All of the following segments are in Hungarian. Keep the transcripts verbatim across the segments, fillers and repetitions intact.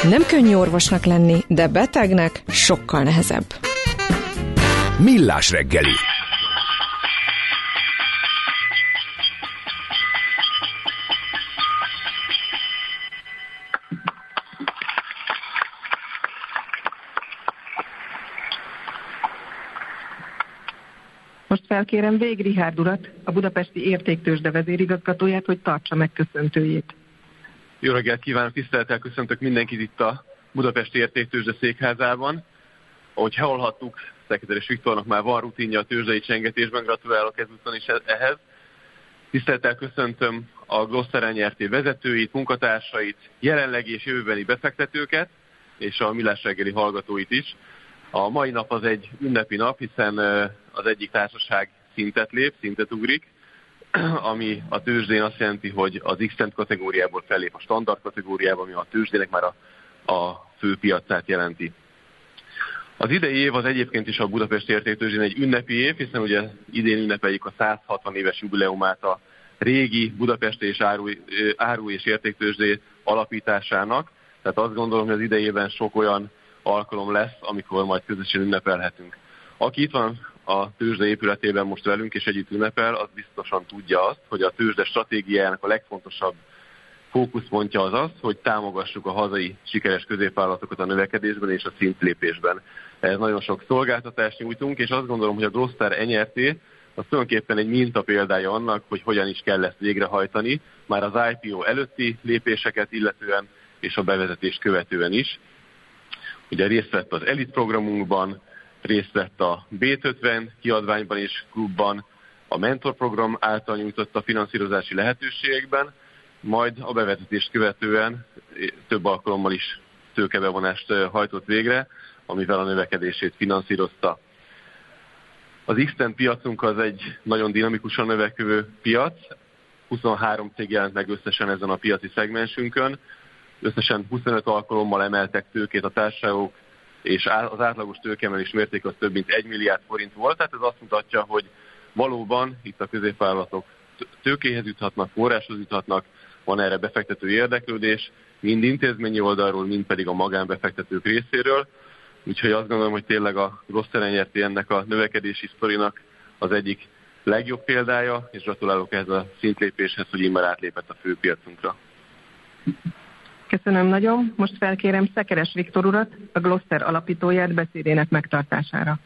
Nem könnyű orvosnak lenni, de betegnek sokkal nehezebb. Millás reggeli. Most felkérem Vég Richárd urat, a Budapesti Értéktőzsde vezérigazgatóját, hogy tartsa meg köszöntőjét. Jó reggelt kívánok, tisztelettel köszöntök mindenkit itt a Budapesti Értéktőzsde székházában. Ahogy hallhattuk, Szeketeres Viktornak már van rutinja a tőzsdei csengetésben, gratulálok ezúton is ehhez. Tisztelettel köszöntöm a Gloster en er té vezetőit, munkatársait, jelenlegi és jövőbeni befektetőket, és a Millás reggeli hallgatóit is. A mai nap az egy ünnepi nap, hiszen az egyik társaság szintet lép, szintet ugrik, ami a tőzsdén azt jelenti, hogy az X-Tent kategóriából fellép a standard kategóriába, ami a tőzsdének már a, a fő piacát jelenti. Az idei év az egyébként is a Budapesti Értéktőzsdén egy ünnepi év, hiszen ugye idén ünnepeljük a száz hatvan éves jubileumát a régi Budapesti és áru, áru és értéktőzsdé alapításának. Tehát azt gondolom, hogy az idejében sok olyan alkalom lesz, amikor majd közösen ünnepelhetünk. Aki itt van a tőzsde épületében most velünk és együtt ünnepel, az biztosan tudja azt, hogy a tőzsde stratégiájának a legfontosabb fókuszpontja az az, hogy támogassuk a hazai sikeres középvállalatokat a növekedésben és a szintlépésben. Ez nagyon sok szolgáltatást nyújtunk, és azt gondolom, hogy a Gloster en er té az tulajdonképpen egy mintapéldája annak, hogy hogyan is kell ezt végrehajtani, már az i pé o előtti lépéseket illetően és a bevezetést követően is. Ugye részt vett az Elite programunkban, részt vett a bé ötven kiadványban és klubban, a Mentor program által nyújtott a finanszírozási lehetőségekben, majd a bevezetést követően több alkalommal is tőkebevonást hajtott végre, amivel a növekedését finanszírozta. Az X-Tent piacunk az egy nagyon dinamikusan növekvő piac, huszonhárom cég jelent meg összesen ezen a piaci szegmensünkön, összesen huszonöt alkalommal emeltek tőkét a társaságok, és az átlagos tőkeemelés mértéke az több mint egy milliárd forint volt, tehát ez azt mutatja, hogy valóban itt a középvállalatok tőkéhez juthatnak, forráshoz juthatnak, van erre befektető érdeklődés, mind intézményi oldalról, mind pedig a magánbefektetők részéről. Úgyhogy azt gondolom, hogy tényleg a Gloster en er té ennek a növekedési sztorinak az egyik legjobb példája, és gratulálok ehhez a szintlépéshez, hogy immár átlépett a főpiacunkra. Köszönöm nagyon. Most felkérem Szekeres Viktor urat, a Gloster alapítóját beszédének megtartására.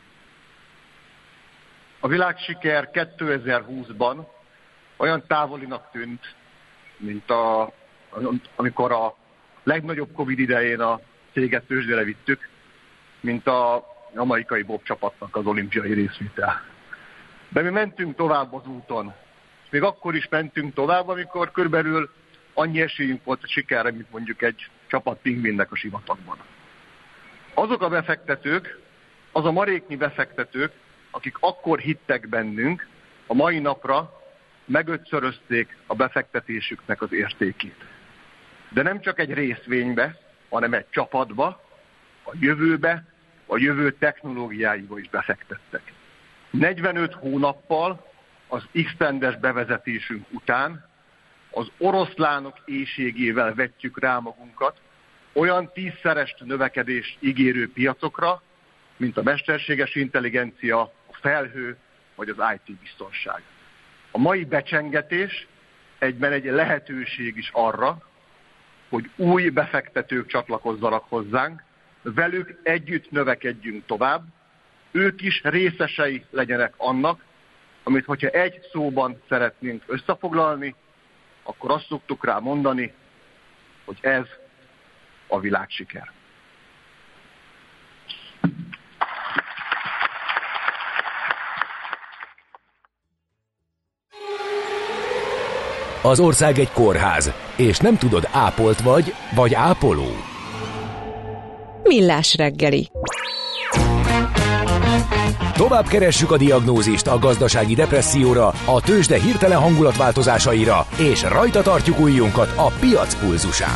A világsiker kétezer-húszban olyan távolinak tűnt, mint a, amikor a legnagyobb Covid idején a céget tőzsdére vittük, mint a amerikai bobcsapatnak az olimpiai részvétel. De mi mentünk tovább az úton. És még akkor is mentünk tovább, amikor körülbelül annyi esélyünk volt a sikerre, mint mondjuk egy csapat pingvinnek a sivatagban. Azok a befektetők, az a maréknyi befektetők, akik akkor hittek bennünk, a mai napra megötszörözték a befektetésüknek az értékét. De nem csak egy részvénybe, hanem egy csapatba, a jövőbe, a jövő technológiáiba is befektettek. negyvenöt hónappal az X-Tendes bevezetésünk után az oroszlánok éhségével vetjük rá magunkat olyan tízszeres növekedést ígérő piacokra, mint a mesterséges intelligencia, a felhő vagy az i té biztonság. A mai becsengetés egyben egy lehetőség is arra, hogy új befektetők csatlakozzanak hozzánk, velük együtt növekedjünk tovább, ők is részesei legyenek annak, amit hogyha egy szóban szeretnénk összefoglalni, akkor azt szoktuk rá mondani, hogy ez a világsiker. Az ország egy kórház, és nem tudod, ápolt vagy, vagy ápoló. Millás reggeli. Tovább keressük a diagnózist a gazdasági depresszióra, a tőzsde hirtelen hangulatváltozásaira, és rajta tartjuk ujjunkat a piac pulzusán.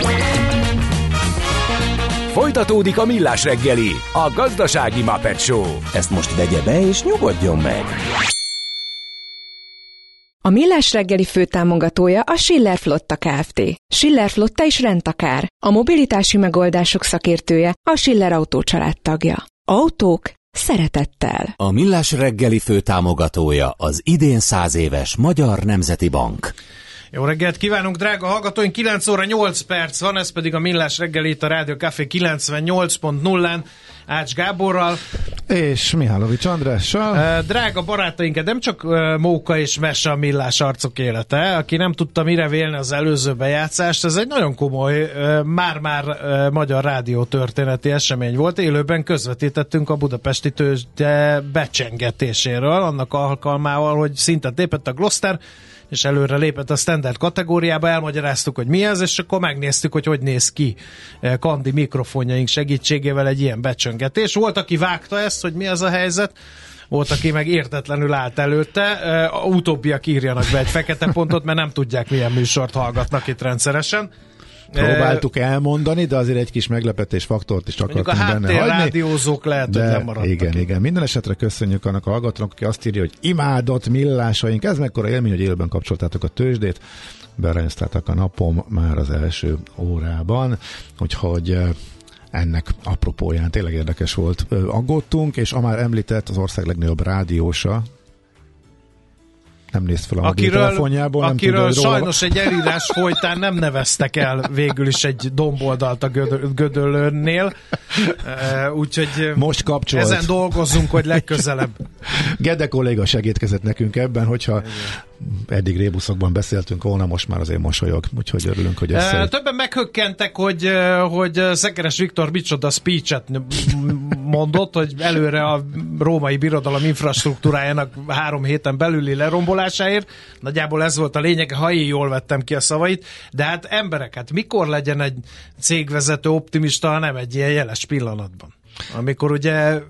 Folytatódik a Millás reggeli, a gazdasági Muppet Show. Ezt most vegye be és nyugodjon meg! A Millás reggeli főtámogatója a Schiller Flotta Kft. Schiller Flotta is rendtakár. A mobilitási megoldások szakértője, a Schiller Autó család tagja. Autók szeretettel. A Millás reggeli főtámogatója az idén száz éves Magyar Nemzeti Bank. Jó reggelt kívánunk, drága hallgatóink! kilenc óra nyolc perc van, ez pedig a Millás reggeli itt a Rádió Café kilencvennyolc pont nullán Ács Gáborral. És Mihálovics Andrással. Drága barátainket, nem csak móka és mese a Millás arcok élete. Aki nem tudta mire vélni az előző bejátszást, ez egy nagyon komoly, már-már magyar rádió történeti esemény volt. Élőben közvetítettünk a budapesti tőzsde becsengetéséről, annak alkalmával, hogy szintet lépett a Gloster, és előre lépett a standard kategóriába, elmagyaráztuk, hogy mi ez, és akkor megnéztük, hogy hogy néz ki Kandi mikrofonjaink segítségével egy ilyen becsöngetés. Volt, aki vágta ezt, hogy mi ez a helyzet, volt, aki meg értetlenül állt előtte. Utóbbiak írjanak be egy fekete pontot, mert nem tudják, milyen műsort hallgatnak itt rendszeresen. Próbáltuk elmondani, de azért egy kis meglepetés faktort is akartunk benne hagyni. A háttérrádiózók lehet, de hogy nem maradtak. Igen, itt. igen. Minden esetre köszönjük annak a hallgatónak, aki azt írja, hogy imádott millásaink. Ez mekkora élmény, hogy élőben kapcsoltátok a tőzsdét. Berejeztátok a napom már az első órában, úgyhogy ennek apropóján tényleg érdekes volt. Aggódtunk, és a már említett az ország legnagyobb rádiósa, nem nézd fel a mobiltelefonjából. Akiről nem tudod, sajnos egy elírás folytán nem neveztek el végül is egy domboldalt a gödö- Gödöllőnnél. Uh, úgyhogy most kapcsolt. Ezen dolgozzunk, hogy legközelebb. Gede kolléga segítkezett nekünk ebben, hogyha igen. Eddig rébuszokban beszéltünk volna, most már azért mosolyog, úgyhogy örülünk, hogy ezt... Uh, többen meghökkentek, hogy, hogy Szekeres Viktor micsoda speechet mondott, hogy előre a római birodalom infrastruktúrájának három héten belüli lerombolásáért. Nagyjából ez volt a lényeg, ha én jól vettem ki a szavait, de hát emberek, hát mikor legyen egy cégvezető optimista, ha nem egy ilyen jeles pillanatban? Amikor ugye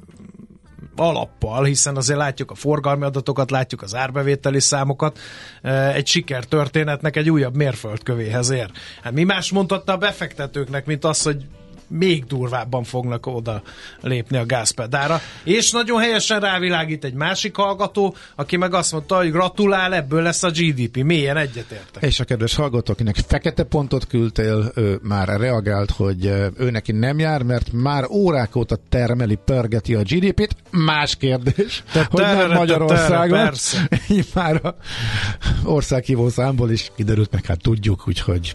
alappal, hiszen azért látjuk a forgalmi adatokat, látjuk az árbevételi számokat, egy sikertörténetnek egy újabb mérföldkövéhez ér. Hát mi más mondhatta a befektetőknek, mint az, hogy még durvábban fognak oda lépni a gázpedára. És nagyon helyesen rávilágít egy másik hallgató, aki meg azt mondta, hogy gratulál, ebből lesz a gé dé pé. Mélyen egyetértek. És a kedves hallgató, akinek fekete pontot küldtél, ő már reagált, hogy ő neki nem jár, mert már órák óta termeli, pörgeti a gé dé pét. Más kérdés, te hogy terre, nem Magyarországon. Már a országhívó számból is kiderült, meg hát tudjuk, úgyhogy...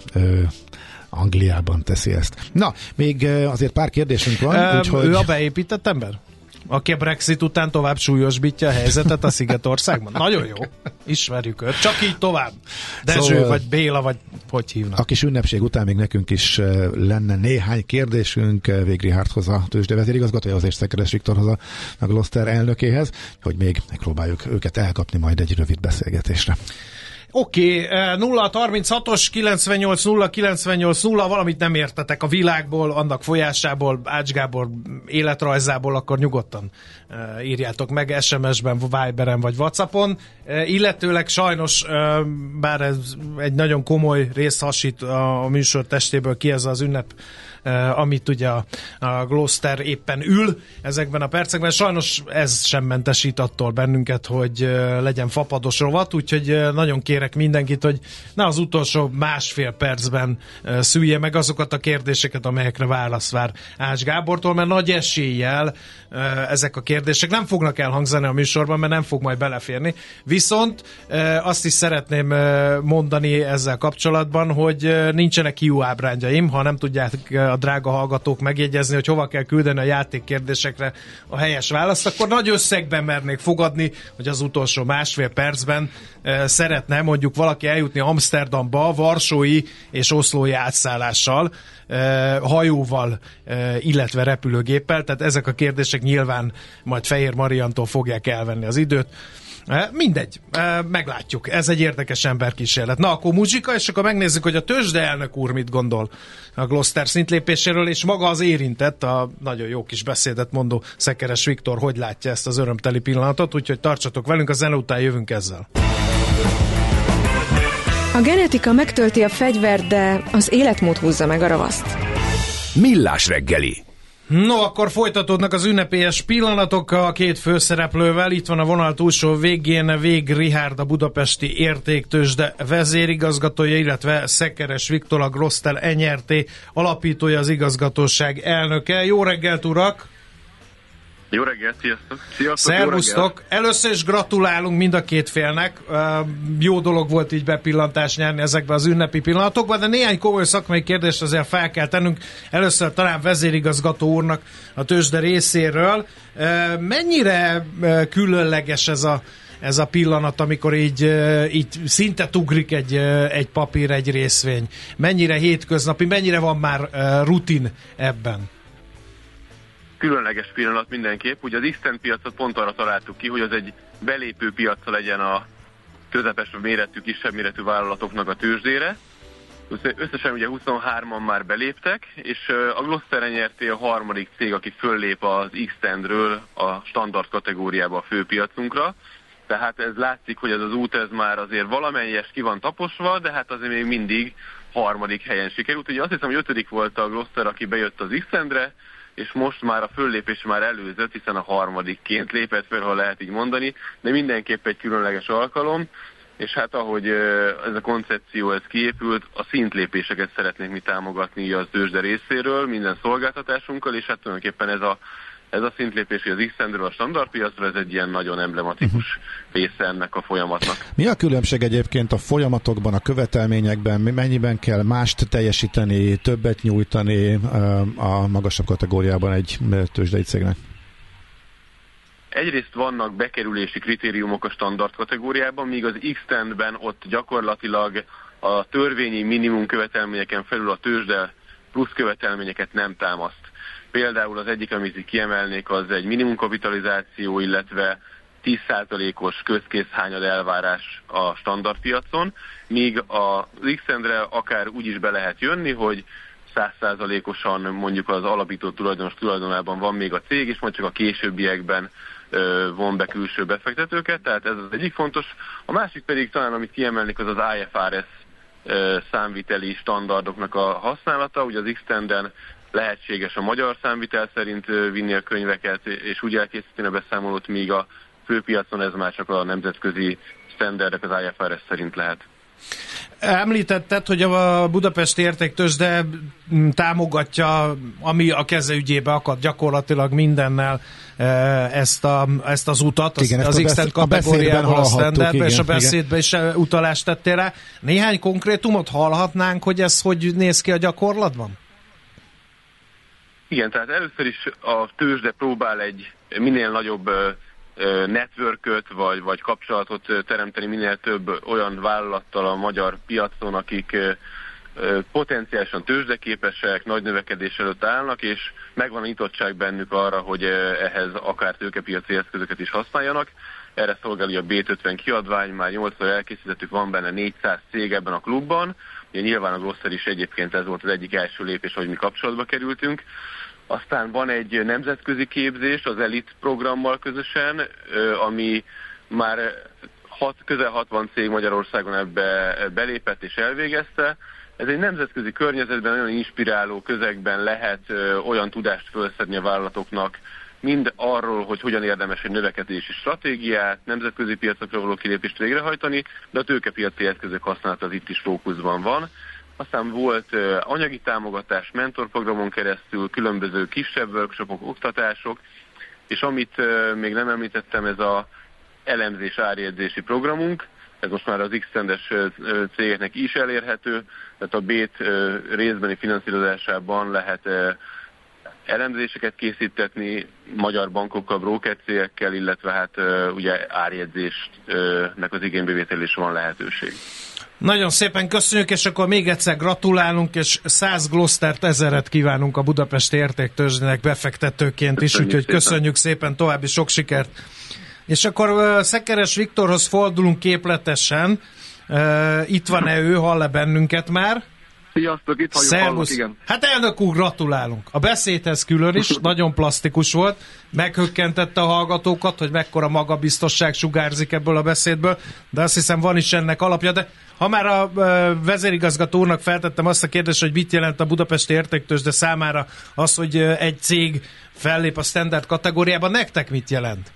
Angliában teszi ezt. Na, még azért pár kérdésünk van. Um, úgyhogy... Ő a beépített ember? Aki a Brexit után tovább súlyosbítja a helyzetet a Szigetországban? Nagyon jó. Ismerjük őt. Csak így tovább. Dezső, szóval, vagy Béla, vagy hogy hívnak? A kis ünnepség után még nekünk is lenne néhány kérdésünk Végri Hárthoz, a tőzsdevezérigazgatójához és Szekeres Viktorhoz, a, a Gloster elnökéhez, hogy még megpróbáljuk őket elkapni majd egy rövid beszélgetésre. Oké, okay, nulla harminchatos kilencvennyolc nulla kilencvennyolc nulla, valamit nem értetek a világból, annak folyásából, Ács Gábor életrajzából, akkor nyugodtan uh, írjátok meg es em es-ben, Viberen vagy WhatsAppon. Uh, illetőleg sajnos, uh, bár ez egy nagyon komoly rész hasít a műsor testéből ki, ez az ünnep, Uh, amit ugye a, a Gloster éppen ül ezekben a percekben. Sajnos ez sem mentesít attól bennünket, hogy uh, legyen fapados rovat, úgyhogy uh, nagyon kérek mindenkit, hogy ne az utolsó másfél percben uh, szülje meg azokat a kérdéseket, amelyekre válasz vár Ács Gábortól, mert nagy eséllyel uh, ezek a kérdések nem fognak elhangzani a műsorban, mert nem fog majd beleférni. Viszont uh, azt is szeretném uh, mondani ezzel kapcsolatban, hogy uh, nincsenek hiú ábrányjaim, ha nem tudják uh, a drága hallgatók megjegyezni, hogy hova kell küldeni a játékkérdésekre a helyes választ, akkor nagy összegben mernék fogadni, hogy az utolsó másfél percben e, szeretne mondjuk valaki eljutni Amsterdamba varsói és oszlói átszállással, e, hajóval, e, illetve repülőgéppel, tehát ezek a kérdések nyilván majd Fehér Mariantól fogják elvenni az időt. Mindegy, meglátjuk. Ez egy érdekes emberkísérlet. Na, akkor muzsika, és akkor megnézzük, hogy a tőzsdeelnök úr mit gondol a Gloster szintlépéséről, és maga az érintett, a nagyon jó kis beszédet mondó Szekeres Viktor, hogy látja ezt az örömteli pillanatot, úgyhogy tartsatok velünk, a zene után jövünk ezzel. A genetika megtölti a fegyvert, de az életmód húzza meg a ravaszt. Millás reggeli. No, akkor folytatódnak az ünnepélyes pillanatok a két főszereplővel. Itt van a vonal túlsó végén Végh Richárd, a Budapesti Értéktőzsde vezérigazgatója, illetve Szekeres Viktor, a Gloster en er té alapítója, az igazgatóság elnöke. Jó reggelt, urak! Jó reggelt, sziasztok! Sziasztok, szervusztok! Először is gratulálunk mind a két félnek. Jó dolog volt így bepillantást nyerni ezekbe az ünnepi pillanatokba, de néhány komoly szakmai kérdést azért fel kell tennünk. Először talán vezérigazgató úrnak a tőzsde részéről. Mennyire különleges ez a, ez a pillanat, amikor így, így szinte ugrik egy, egy papír, egy részvény? Mennyire hétköznapi, mennyire van már rutin ebben? Különleges pillanat mindenképp. Ugye az X-Tent piacot pont arra találtuk ki, hogy az egy belépő piaca legyen a közepes méretű, kisebb méretű vállalatoknak a tőzsdére. Összesen ugye huszonhárman már beléptek, és a Gloster en er té a harmadik cég, aki föllép az X-Tendről a standard kategóriába a főpiacunkra. Tehát ez látszik, hogy ez az út ez már azért valamelyes ki van taposva, de hát azért még mindig harmadik helyen sikerült. Ugye azt hiszem, hogy ötödik volt a Gloster, aki bejött az X-Tendre, és most már a föllépés már előzött, hiszen a harmadikként lépett fel, ha lehet így mondani, de mindenképp egy különleges alkalom, és hát ahogy ez a koncepció ez kiépült, a szintlépéseket szeretnénk mi támogatni a tőzsde részéről, minden szolgáltatásunkkal, és hát tulajdonképpen ez a Ez a szintlépés, hogy az X-Tendről a standardpiacra, ez egy ilyen nagyon emblematikus része ennek a folyamatnak. Mi a különbség egyébként a folyamatokban, a követelményekben, mennyiben kell mást teljesíteni, többet nyújtani a magasabb kategóriában egy tőzsdei cégnek? Egyrészt vannak bekerülési kritériumok a standard kategóriában, míg az X-Tendben ott gyakorlatilag a törvényi minimum követelményeken felül a tőzsde plusz követelményeket nem támaszt. Például az egyik, amit kiemelnék, az egy minimumkapitalizáció, illetve tíz százalékos közkészhányad elvárás a standardpiacon, míg az X-Tendre akár úgy is be lehet jönni, hogy száz százalékosan mondjuk az alapító tulajdonos tulajdonában van még a cég, és majd csak a későbbiekben ö, von be külső befektetőket, tehát ez az egyik fontos. A másik pedig talán, amit kiemelnék, az az I F R S ö, számviteli standardoknak a használata. Ugye az X-Tenden lehetséges a magyar számvitel szerint vinni a könyveket, és úgy elkészíteni a beszámolót, míg a főpiacon ez már csak a nemzetközi standardek az I F R S szerint lehet. Említetted, hogy a Budapesti Értéktőzsde támogatja, ami a keze ügyébe akad gyakorlatilag mindennel ezt, a, ezt az utat, igen, az, az X-Tent kategóriából a standardbe, és a beszédbe is utalást tettél rá. Néhány konkrétumot hallhatnánk, hogy ez hogy néz ki a gyakorlatban? Igen, tehát először is a tőzsde próbál egy minél nagyobb networköt vagy, vagy kapcsolatot teremteni minél több olyan vállalattal a magyar piacon, akik potenciálisan tőzsdeképesek, nagy növekedés előtt állnak, és megvan a nyitottság bennük arra, hogy ehhez akár tőkepiaci eszközöket is használjanak. Erre szolgálja a B ötven kiadvány, már nyolcszor elkészítettük, van benne négyszáz cég ebben a klubban. Ugye nyilván a Gloster is egyébként ez volt az egyik első lépés, hogy mi kapcsolatba kerültünk. Aztán van egy nemzetközi képzés az Elite programmal közösen, ami már hat, közel hatvan cég Magyarországon ebbe belépett és elvégezte. Ez egy nemzetközi környezetben, nagyon inspiráló közegben lehet olyan tudást felszedni a vállalatoknak, mind arról, hogy hogyan érdemes egy növekedési stratégiát, nemzetközi piacokra való kilépést végrehajtani, de a tőkepiaci eszközök használata az itt is fókuszban van. Aztán volt uh, anyagi támogatás, mentorprogramon keresztül, különböző kisebb workshopok, oktatások, és amit uh, még nem említettem, ez az elemzés árjegyzési programunk, ez most már az X-Tendes uh, cégeknek is elérhető, tehát a Bét uh, részbeni finanszírozásában lehet uh, elemzéseket készítetni magyar bankokkal, broker cégekkel, illetve hát uh, ugye árjegyzésnek az igénybevételésre van lehetőség. Nagyon szépen köszönjük, és akkor még egyszer gratulálunk, és száz Glostert, ezeret kívánunk a Budapesti Értéktőzsdének befektetőként is, úgyhogy szépen. Köszönjük szépen, további sok sikert. És akkor uh, Szekeres Viktorhoz fordulunk képletesen. Uh, itt van-e ő, hall-e bennünket már? Sziasztok, itt halljuk, hallok, igen. Hát elnök úr, gratulálunk. A beszédhez külön is nagyon plastikus volt, meghökkentette a hallgatókat, hogy mekkora magabiztosság sugárzik ebből a beszédből, de azt hiszem van is ennek alapja, de ha már a vezérigazgató úrnak feltettem azt a kérdést, hogy mit jelent a budapesti értéktőzsde számára az, hogy egy cég fellép a standard kategóriában, nektek mit jelent?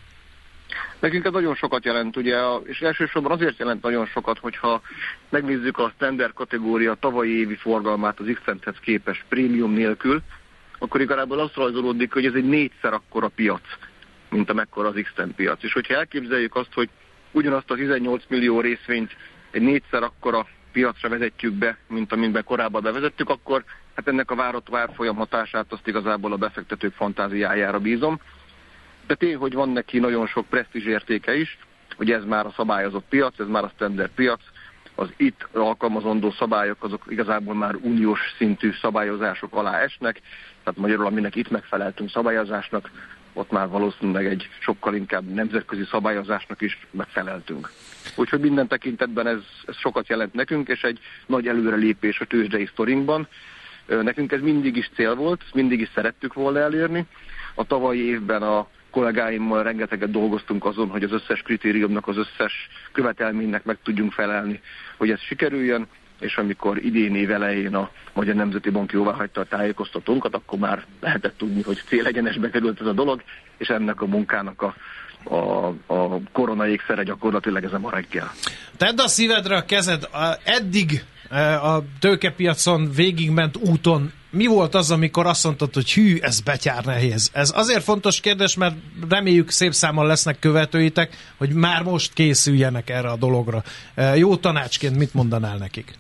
Nekünk ez nagyon sokat jelent, ugye, és elsősorban azért jelent nagyon sokat, hogyha megnézzük a standard kategória tavalyi évi forgalmát az X-Tenthez képest prémium nélkül, akkor igazából azt rajzolódik, hogy ez egy négyszer akkora piac, mint amekkora az X-Tent piac. És hogyha elképzeljük azt, hogy ugyanazt a tizennyolc millió részvényt egy négyszer akkora piacra vezetjük be, mint amiben korábban bevezettük, akkor hát ennek a várható árfolyam hatását azt igazából a befektetők fantáziájára bízom. De tény, hogy van neki nagyon sok presztízs értéke is, hogy ez már a szabályozott piac, ez már a standard piac, az itt alkalmazandó szabályok azok igazából már uniós szintű szabályozások alá esnek, tehát magyarul aminek itt megfeleltünk szabályozásnak, ott már valószínűleg egy sokkal inkább nemzetközi szabályozásnak is megfeleltünk. Úgyhogy minden tekintetben ez, ez sokat jelent nekünk, és egy nagy előrelépés a tőzsdei sztorinkban. Nekünk ez mindig is cél volt, mindig is szerettük volna elérni. A tavalyi évben a kollégáimmal rengeteget dolgoztunk azon, hogy az összes kritériumnak, az összes követelménynek meg tudjunk felelni, hogy ez sikerüljön, és amikor idén év elején a Magyar Nemzeti Bank jóváhagyta a tájékoztatónkat, akkor már lehetett tudni, hogy célegyenesbe került ez a dolog, és ennek a munkának a, a, a korona ékszere gyakorlatilag ez a ma reggel. Tedd a szívedre a kezed, eddig a tőkepiacon végigment úton mi volt az, amikor azt mondtad, hogy hű, ez betyár nehéz? Ez azért fontos kérdés, mert reméljük szép számon lesznek követőitek, hogy már most készüljenek erre a dologra. Jó tanácsként mit mondanál nekik?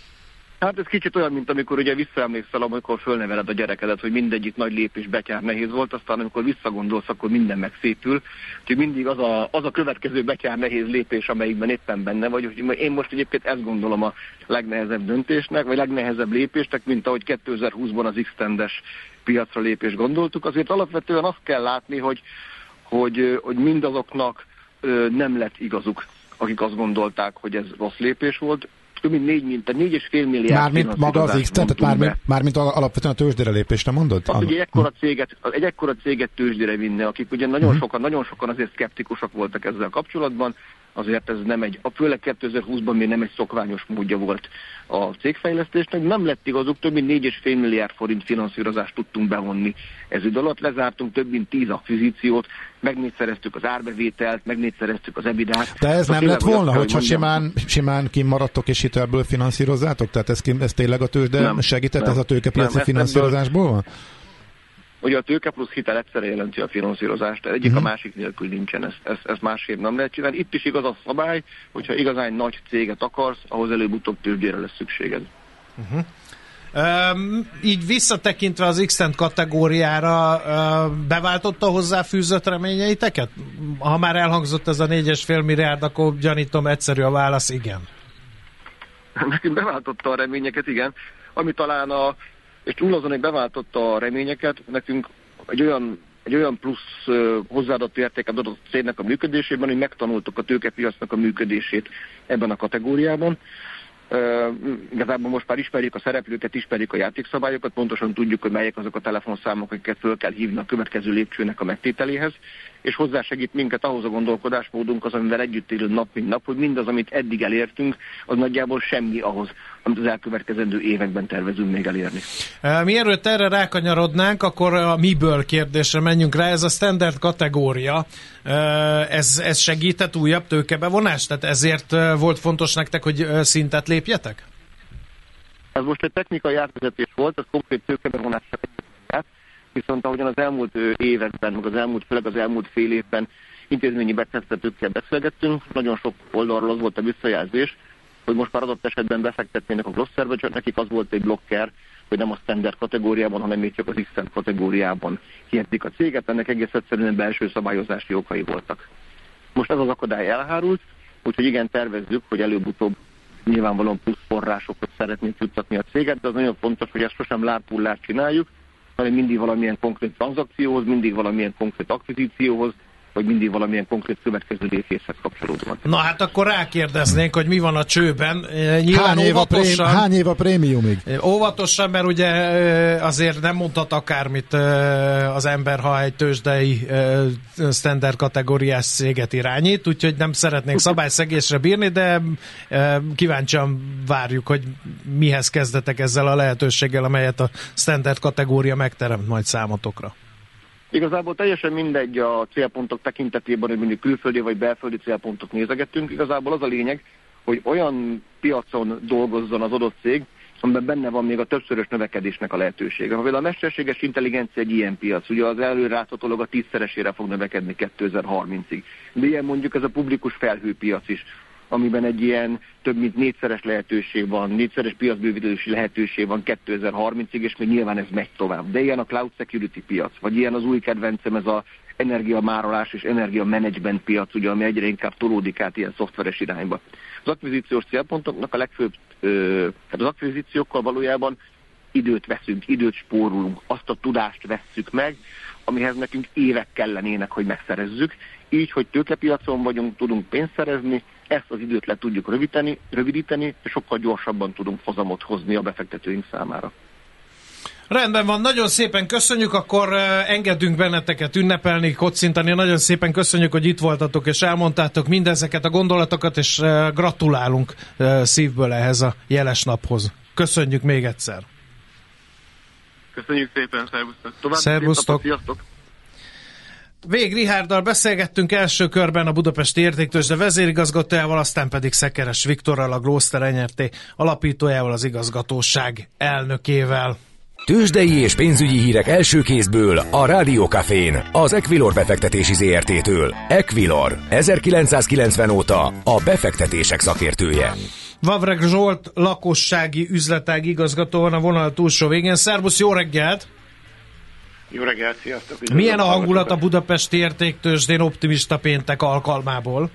Hát ez kicsit olyan, mint amikor ugye visszaemlékszel, amikor fölneveled a gyerekedet, hogy mindegyik nagy lépés betyár nehéz volt, aztán amikor visszagondolsz, akkor minden megszépül. Úgyhogy mindig az a, az a következő betyár nehéz lépés, amelyikben éppen benne vagy. Úgyhogy én most egyébként ezt gondolom a legnehezebb döntésnek, vagy legnehezebb lépésnek, mint ahogy kétezer-húszban az X-Tendes piacra lépést gondoltuk. Azért alapvetően azt kell látni, hogy, hogy, hogy mindazoknak nem lett igazuk, akik azt gondolták, hogy ez rossz lépés volt. Több mint négy, mint, négy és fél milliárd. Mármint maga az X, tehát mármint, mármint alapvetően a tőzsdére lépésre mondod? Az, hogy egy ekkora céget, egy ekkora céget tőzsdére vinne, akik ugye nagyon uh-huh. sokan, nagyon sokan azért szkeptikusak voltak ezzel kapcsolatban, azért ez nem egy, főleg kétezer-húszban még nem egy szokványos módja volt a cégfejlesztésnek, nem lett igazuk, több mint négy és fél milliárd forint finanszírozást tudtunk bevonni ez idő alatt, lezártunk több mint tíz akvizíciót, megnégyszereztük az árbevételt, megnégyszereztük az ebidát. De ez nem lett volna, hogyha simán, simán kimaradtok és hitelből finanszírozzátok? Tehát ez, ez tényleg a tőzsde nem, segített, nem, ez a tőkepiaci nem, finanszírozásból van? Ugye a tőke plusz hitel egyszerre jelenti a finanszírozást, egyik uh-huh. a másik nélkül nincsen, ezt, ezt, ezt másképp nem lehet csinálni. Itt is igaz a szabály, hogyha igazán nagy céget akarsz, ahhoz előbb-utóbb tőzsdére lesz szükséged. Uh-huh. Um, így visszatekintve az X-Tent kategóriára, uh, beváltotta hozzáfűzött reményeiteket? Ha már elhangzott ez a négy és fél milliárd, akkor gyanítom egyszerű a válasz, igen. Nekünk beváltotta a reményeket, igen. Ami talán a és túl azon, hogy beváltotta a reményeket, nekünk egy olyan, egy olyan plusz uh, hozzáadott értéket adott a cégnek a működésében, hogy megtanultuk a tőkepiacnak a működését ebben a kategóriában. Uh, igazából most már ismerjük a szereplőket, ismerjük a játékszabályokat, pontosan tudjuk, hogy melyek azok a telefonszámok, amiket föl kell hívni a következő lépcsőnek a megtételéhez, és hozzásegít minket ahhoz a gondolkodásmódunkhoz, amivel együtt élünk nap mint nap, hogy mindaz, amit eddig elértünk, az nagyjából semmi ahhoz, amit az elkövetkezendő években tervezünk még elérni. Mielőtt erre rákanyarodnánk, akkor a miből kérdésre menjünk rá. Ez a standard kategória, ez, ez segített újabb tőkebevonást? Tehát ezért volt fontos nektek, hogy szintet lépjetek? Ez most egy technikai átvezetés volt, ez konkrét tőkebevonás segített, viszont ahogyan az elmúlt években, meg az elmúlt, főleg az elmúlt fél évben intézményi befektetőkkel beszélgettünk, nagyon sok oldalról az volt a visszajelzés, hogy most már adott esetben befektetnének a Glosszerbe, csak nekik az volt egy blokker, hogy nem a standard kategóriában, hanem még csak az X-Tent kategóriában hihetik a céget, ennek egész egyszerűen belső szabályozási okai voltak. Most ez az akadály elhárult, úgyhogy igen, tervezzük, hogy előbb-utóbb nyilvánvalóan plusz forrásokat szeretnénk juttatni a céget, de az nagyon fontos, hogy ezt sosem lábpullát csináljuk, hanem mindig valamilyen konkrét tranzakcióhoz, mindig valamilyen konkrét akvizícióhoz, vagy mindig valamilyen konkrét következő lépéshez kapcsolódóan. Na hát akkor rákérdeznénk, hogy mi van a csőben. Nyilván hány, év a prém, óvatosan, hány év a prémiumig? Óvatosan, mert ugye azért nem mondhat akármit az ember, ha egy tőzsdei standard kategóriás céget irányít, úgyhogy nem szeretnénk szabályszegésre bírni, de kíváncsian várjuk, hogy mihez kezdetek ezzel a lehetőséggel, amelyet a standard kategória megteremt majd számotokra. Igazából teljesen mindegy a célpontok tekintetében, hogy mindig külföldi vagy belföldi célpontot nézegetünk. Igazából az a lényeg, hogy olyan piacon dolgozzon az adott cég, amiben benne van még a többszörös növekedésnek a lehetősége. Ha például a mesterséges intelligencia egy ilyen piac, ugye az előreláthatólag a tízszeresére fog növekedni kétezer-harmincig. De ilyen mondjuk ez a publikus felhőpiac is, amiben egy ilyen több mint négyszeres lehetőség van, négyszeres piacbővítési lehetőség van kétezer-harmincig, és még nyilván ez megy tovább. De ilyen a cloud security piac, vagy ilyen az új kedvencem, ez az energiamárolás és energiamanagement piac, ugye, ami egyre inkább tolódik át ilyen szoftveres irányba. Az akvizíciós célpontoknak a legfőbb, ö, az akvizíciókkal valójában időt veszünk, időt spórolunk, azt a tudást vesszük meg, amihez nekünk évek kellenének, hogy megszerezzük. Így, hogy tőkepiacon vagyunk, tudunk pénzt szerezni, ezt az időt le tudjuk rövidíteni, rövidíteni, és sokkal gyorsabban tudunk hozamot hozni a befektetőink számára. Rendben van, nagyon szépen köszönjük, akkor engedünk benneteket ünnepelni, kocintani, nagyon szépen köszönjük, hogy itt voltatok és elmondtátok mindezeket a gondolatokat, és gratulálunk szívből ehhez a jeles naphoz. Köszönjük még egyszer. Köszönjük szépen, szervusztok. További Szervusztok. szép napot, sziasztok. Vég Richárddal beszélgettünk első körben a Budapesti Értéktőzsde vezérigazgatójával, aztán pedig Szekeres Viktorral, a Gloster en er té alapítójával, az igazgatóság elnökével. Tőzsdei és pénzügyi hírek első kézből a Rádió Cafén, az Equilor befektetési zé er té-től. Equilor, ezerkilencszázkilencven óta a befektetések szakértője. Vavreg Zsolt lakossági üzletág igazgató van a vonal túlsó végén. Szerbusz, jó reggelt! Jó reggelt, sziasztok! Milyen a hangulat a Budapesti Értéktőzsdén optimista péntek alkalmából?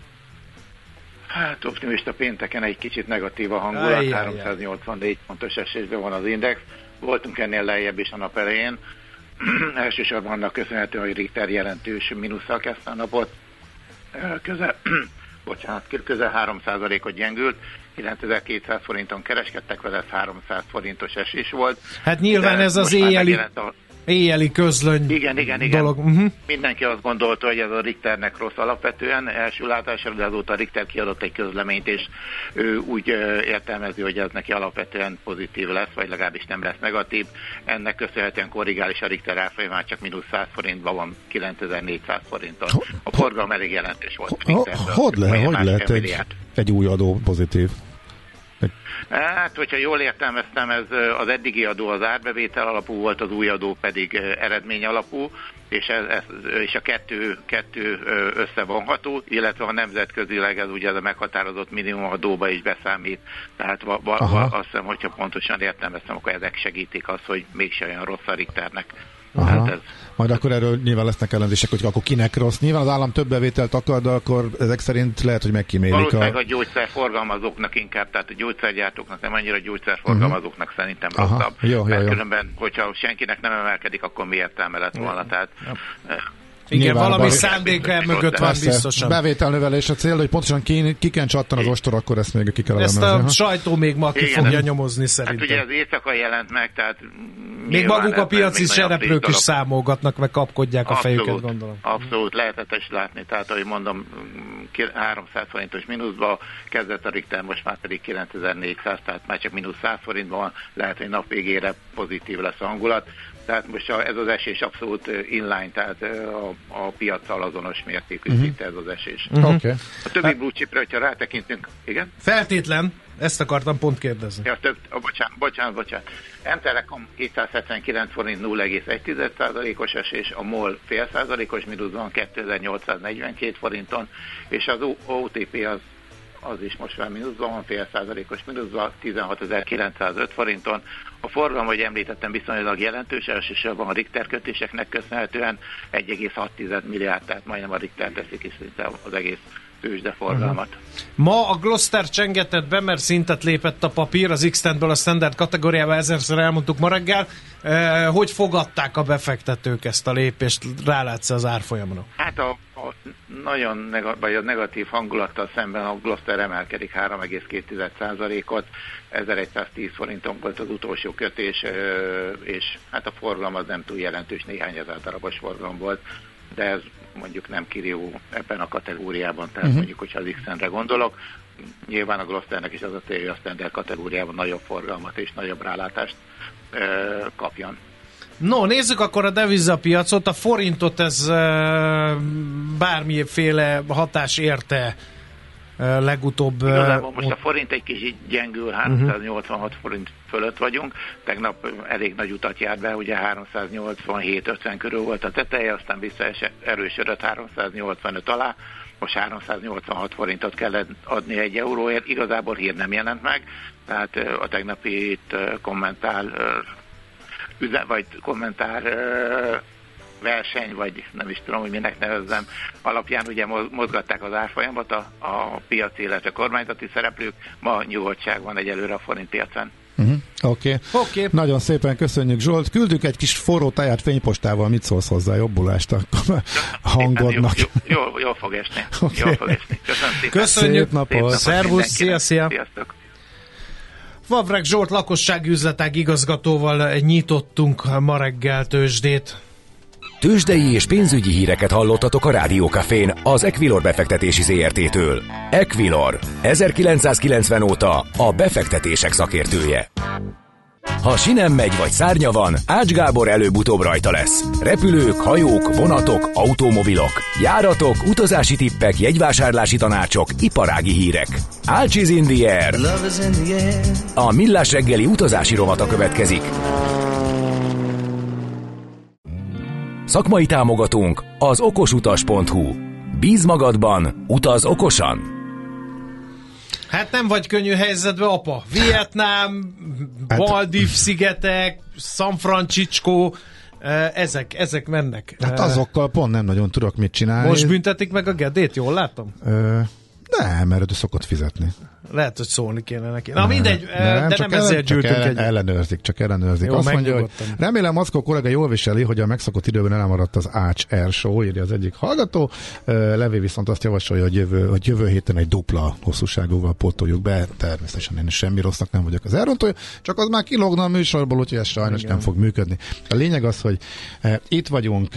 Hát optimista pénteken egy kicsit negatív a hangulat, Ajjajjaj. háromszáznyolcvannégy pontos esésben van az index. Voltunk ennél lejjebb is a nap elején. Elsősorban annak köszönhető, hogy Richter jelentős mínusszal kezdte a napot. Közel, bocsánat, közel három százalékot gyengült. kilencezer-kétszáz forinton kereskedtek vele, ez háromszáz forintos esés volt. Hát nyilván ez az éjjeli... éjjeli közlöny igen, igen, igen. dolog. Uh-huh. Mindenki azt gondolta, hogy ez a Richternek rossz alapvetően első látásra, de azóta Richter kiadott egy közleményt, és ő úgy értelmezi, hogy ez neki alapvetően pozitív lesz, vagy legalábbis nem lesz negatív. Ennek köszönhetően korrigál is a Richter árfolyam, már csak mínusz száz forintban van, kilencezer-négyszáz forinton. A forgalom elég jelentős volt. Hogy lehet, hogy lehet egy, egy új adó pozitív? Hát, hogyha jól értelmeztem, ez az eddigi adó az árbevétel alapú volt, az új adó pedig eredmény alapú, és, ez, ez, és a kettő, kettő összevonható, illetve a nemzetközileg ez ugye ez a meghatározott minimum adóba is beszámít. Tehát va, va, va, azt hiszem, hogyha pontosan értelmeztem, akkor ezek segítik azt, hogy mégse olyan rossz a Richternek. Hát ez... Majd akkor erről nyilván lesznek ellenzések, hogy akkor kinek rossz. Nyilván az állam több bevételt akar, de akkor ezek szerint lehet, hogy megkímélik. Valószínűleg a... a gyógyszerforgalmazóknak inkább, tehát a gyógyszergyártóknak nem annyira, a gyógyszerforgalmazóknak uh-huh. szerintem rosszabb. Aha, jó, jó, mert jó. Különben, hogyha senkinek nem emelkedik, akkor mi értelme lett volna. Tehát, igen, nyilván valami bar... szándéka mögött van biztosan. Bevételnövelés a cél, hogy pontosan ki, ki kell csattan az ostor, akkor ezt még ki kell ezt elemezni. Ezt a sajtó még ma ki igen, fogja nyomozni szerintem. Hát ugye az éjszaka jelent meg, tehát még maguk a piaci szereplők is számolgatnak, meg kapkodják abszolút, a fejüket, gondolom. Abszolút, lehetett látni, tehát ahogy mondom, háromszáz forintos mínuszba kezdett a Richter, most már pedig kilencezer-négyszáz, tehát már csak mínusz száz forintban van, lehet, hogy nap végére pozitív lesz a hangulat. Tehát most ez az esés abszolút inline, tehát a, a piaccal azonos mértékű uh-huh. szinte ez az esés. Uh-huh. Okay. A többi blue chipre, hogyha rátekintünk, igen? Feltétlen, ezt akartam pont kérdezni. Ja, több, oh, bocsánat, bocsánat, bocsánat. M-Telekom kétszázhetvenkilenc forint nulla egész egy százalékos esés, a MOL fél százalékos mínuszban kétezer-nyolcszáznegyvenkét forinton, és az o té pé az az is most már mínuszban van, fél százalékos mínuszban, tizenhatezer-kilencszázöt forinton. A forgalom, hogy említettem, viszonylag jelentős, elsősorban a Richter kötéseknek köszönhetően egy egész hat milliárd, tehát majdnem a Richter teszik is szinte az egész tőzsdeforgalmat. Uh-huh. Ma a Gloster csengetett be, mert szintet lépett a papír, az X-Tendből a standard kategóriába, ezerszer elmondtuk ma reggel. E, hogy fogadták a befektetők ezt a lépést? Rálátsz az árfolyamra? Hát a, a nagyon neg- vagy a negatív hangulattal szemben a Gloster emelkedik három egész két százalékot, ezeregyszáztíz forinton volt az utolsó kötés, és hát a forgalom az nem túl jelentős, néhány ezer darabos forgalom volt, de ez mondjuk nem kirívó ebben a kategóriában, tehát uh-huh. mondjuk, hogyha az X-Tendre gondolok, nyilván a Glosternek is az a célja, a standard kategóriában nagyobb forgalmat és nagyobb rálátást ö, kapjon. No, nézzük akkor a devizapiacot, a forintot ez bármiféle hatás érte legutóbb. Igazából most a forint egy kicsit gyengül, háromszáznyolcvanhat uh-huh. forint fölött vagyunk, tegnap elég nagy utat járt be, ugye háromszáznyolcvanhét ötven körül volt a teteje, aztán visszaerősödött háromszáznyolcvanöt alá, most háromszáznyolcvanhat forintot kellett adni egy euróért, igazából hír nem jelent meg, tehát a tegnapi itt kommentál üzen, vagy kommentár verseny, vagy nem is tudom, hogy minek nevezzem, alapján ugye mozgatták az árfolyamot a, a piaci, illetve kormányzati szereplők, ma nyugodtság van egyelőre a forint piacon. Uh-huh. Oké. Okay. Okay. Nagyon szépen köszönjük, Zsolt. Küldünk egy kis forró táját fénypostával, mit szólsz hozzá? Jobbulást a hangodnak. Jól, jól, jól fog esni. Okay. Jól fog esni. Köszönöm szépen. Köszönjük. Szép napot. Szervusz, szia, szia. Sziasztok. Vavreg Zsolt lakossági üzletág igazgatóval nyitottunk ma reggel tőzsdét. Tőzsdei és pénzügyi híreket hallottatok a Rádió Cafén az Equilor befektetési zé er té-től. Equilor, ezerkilencszázkilencven óta a befektetések szakértője. Ha sinem megy vagy szárnya van, Ács Gábor előbb-utóbb rajta lesz. Repülők, hajók, vonatok, automobilok, járatok, utazási tippek, jegyvásárlási tanácsok, iparági hírek. Ács is in the air. A Millás reggeli utazási rovata következik. Szakmai támogatónk az okosutas pont hu. Bíz magadban, utaz okosan! Hát nem vagy könnyű helyzetben, apa. Vietnám, Maldív-szigetek, San Francisco, ezek, ezek mennek. Hát azokkal pont nem nagyon tudok mit csinálni. Most büntetik meg a Gedét, jól látom? Ö, nem, mert ő szokott fizetni. Lehet, hogy szólni kéne neki. Na mindegy, nem, de nem ezzel gyűltünk ellen, egy... ellenőrzik, csak ellenőrzik. Jó, azt mondja, hogy remélem Maszkó kollega jól viseli, hogy a megszokott időben elmaradt az Ács Air Show, írja az egyik hallgató. Levé viszont azt javasolja, hogy jövő, hogy jövő héten egy dupla hosszúságúval pótoljuk be. Természetesen én semmi rossznak nem vagyok az elrontója, csak az már kilógna a műsorból, úgyhogy ez sajnos igen. nem fog működni. A lényeg az, hogy e, itt vagyunk.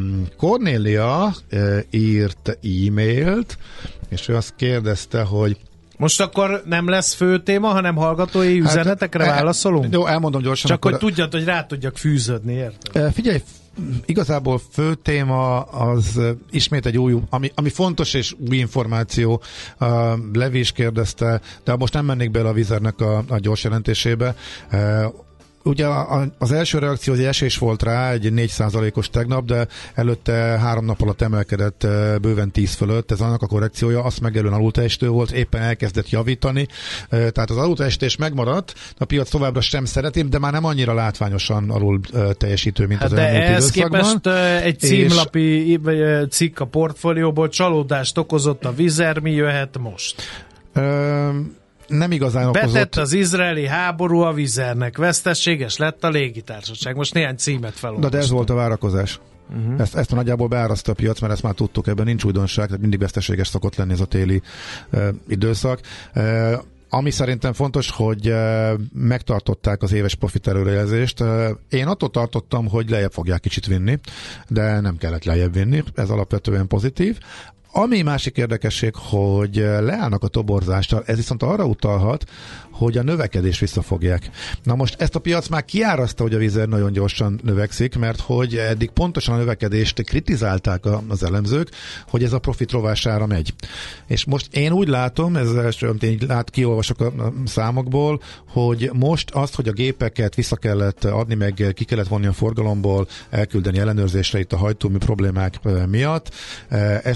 Kornélia e, írt e-mailt, és ő azt kérdezte, hogy most akkor nem lesz fő téma, hanem hallgatói hát, üzenetekre e, válaszolunk? Jó, elmondom gyorsan. Csak akkor, hogy tudjad, hogy rá tudjak fűződni, érted? Figyelj, igazából fő téma az ismét egy új, ami, ami fontos és új információ. Uh, Levi is kérdezte, de most nem mennék bele a Vizernek a, a gyors jelentésébe. Uh, Ugye az első reakció, hogy esés volt rá, egy négy százalékos tegnap, de előtte három nap alatt emelkedett bőven tíz fölött, ez annak a korrekciója, azt megelően alulteljesítő volt, éppen elkezdett javítani, tehát az alulteljesítés megmaradt, a piac továbbra sem szereti, de már nem annyira látványosan alul teljesítő, mint hát az elmúlt időszakban. De ehhez képest egy címlapi és... cikk a portfólióból csalódást okozott a Vizer, mi jöhet most? Ö- nem igazán okozott. Betett az izraeli háború a Vizernek, veszteséges lett a légitársaság. Most néhány címet felolvastam. De ez volt a várakozás. Uh-huh. Ezt, ezt a nagyjából beáraszta a piac, mert ezt már tudtuk, ebben nincs újdonság, tehát mindig veszteséges szokott lenni ez a téli uh, időszak. Uh, Ami szerintem fontos, hogy uh, megtartották az éves profit előrejelzést. Uh, én attól tartottam, hogy lejjebb fogják kicsit vinni, de nem kellett lejjebb vinni, ez alapvetően pozitív. Ami másik érdekesség, hogy leállnak a toborzással, ez viszont arra utalhat, hogy a növekedés visszafogják. Na most ezt a piac már kiáraszta, hogy a Vizer nagyon gyorsan növekszik, mert hogy eddig pontosan a növekedést kritizálták az elemzők, hogy ez a profit rovására megy. És most én úgy látom, ez az első, amit én lát, kiolvasok a számokból, hogy most azt, hogy a gépeket vissza kellett adni, meg ki kellett vonni a forgalomból, elküldeni ellenőrzésre itt a hajtómű problémák miatt, ezt is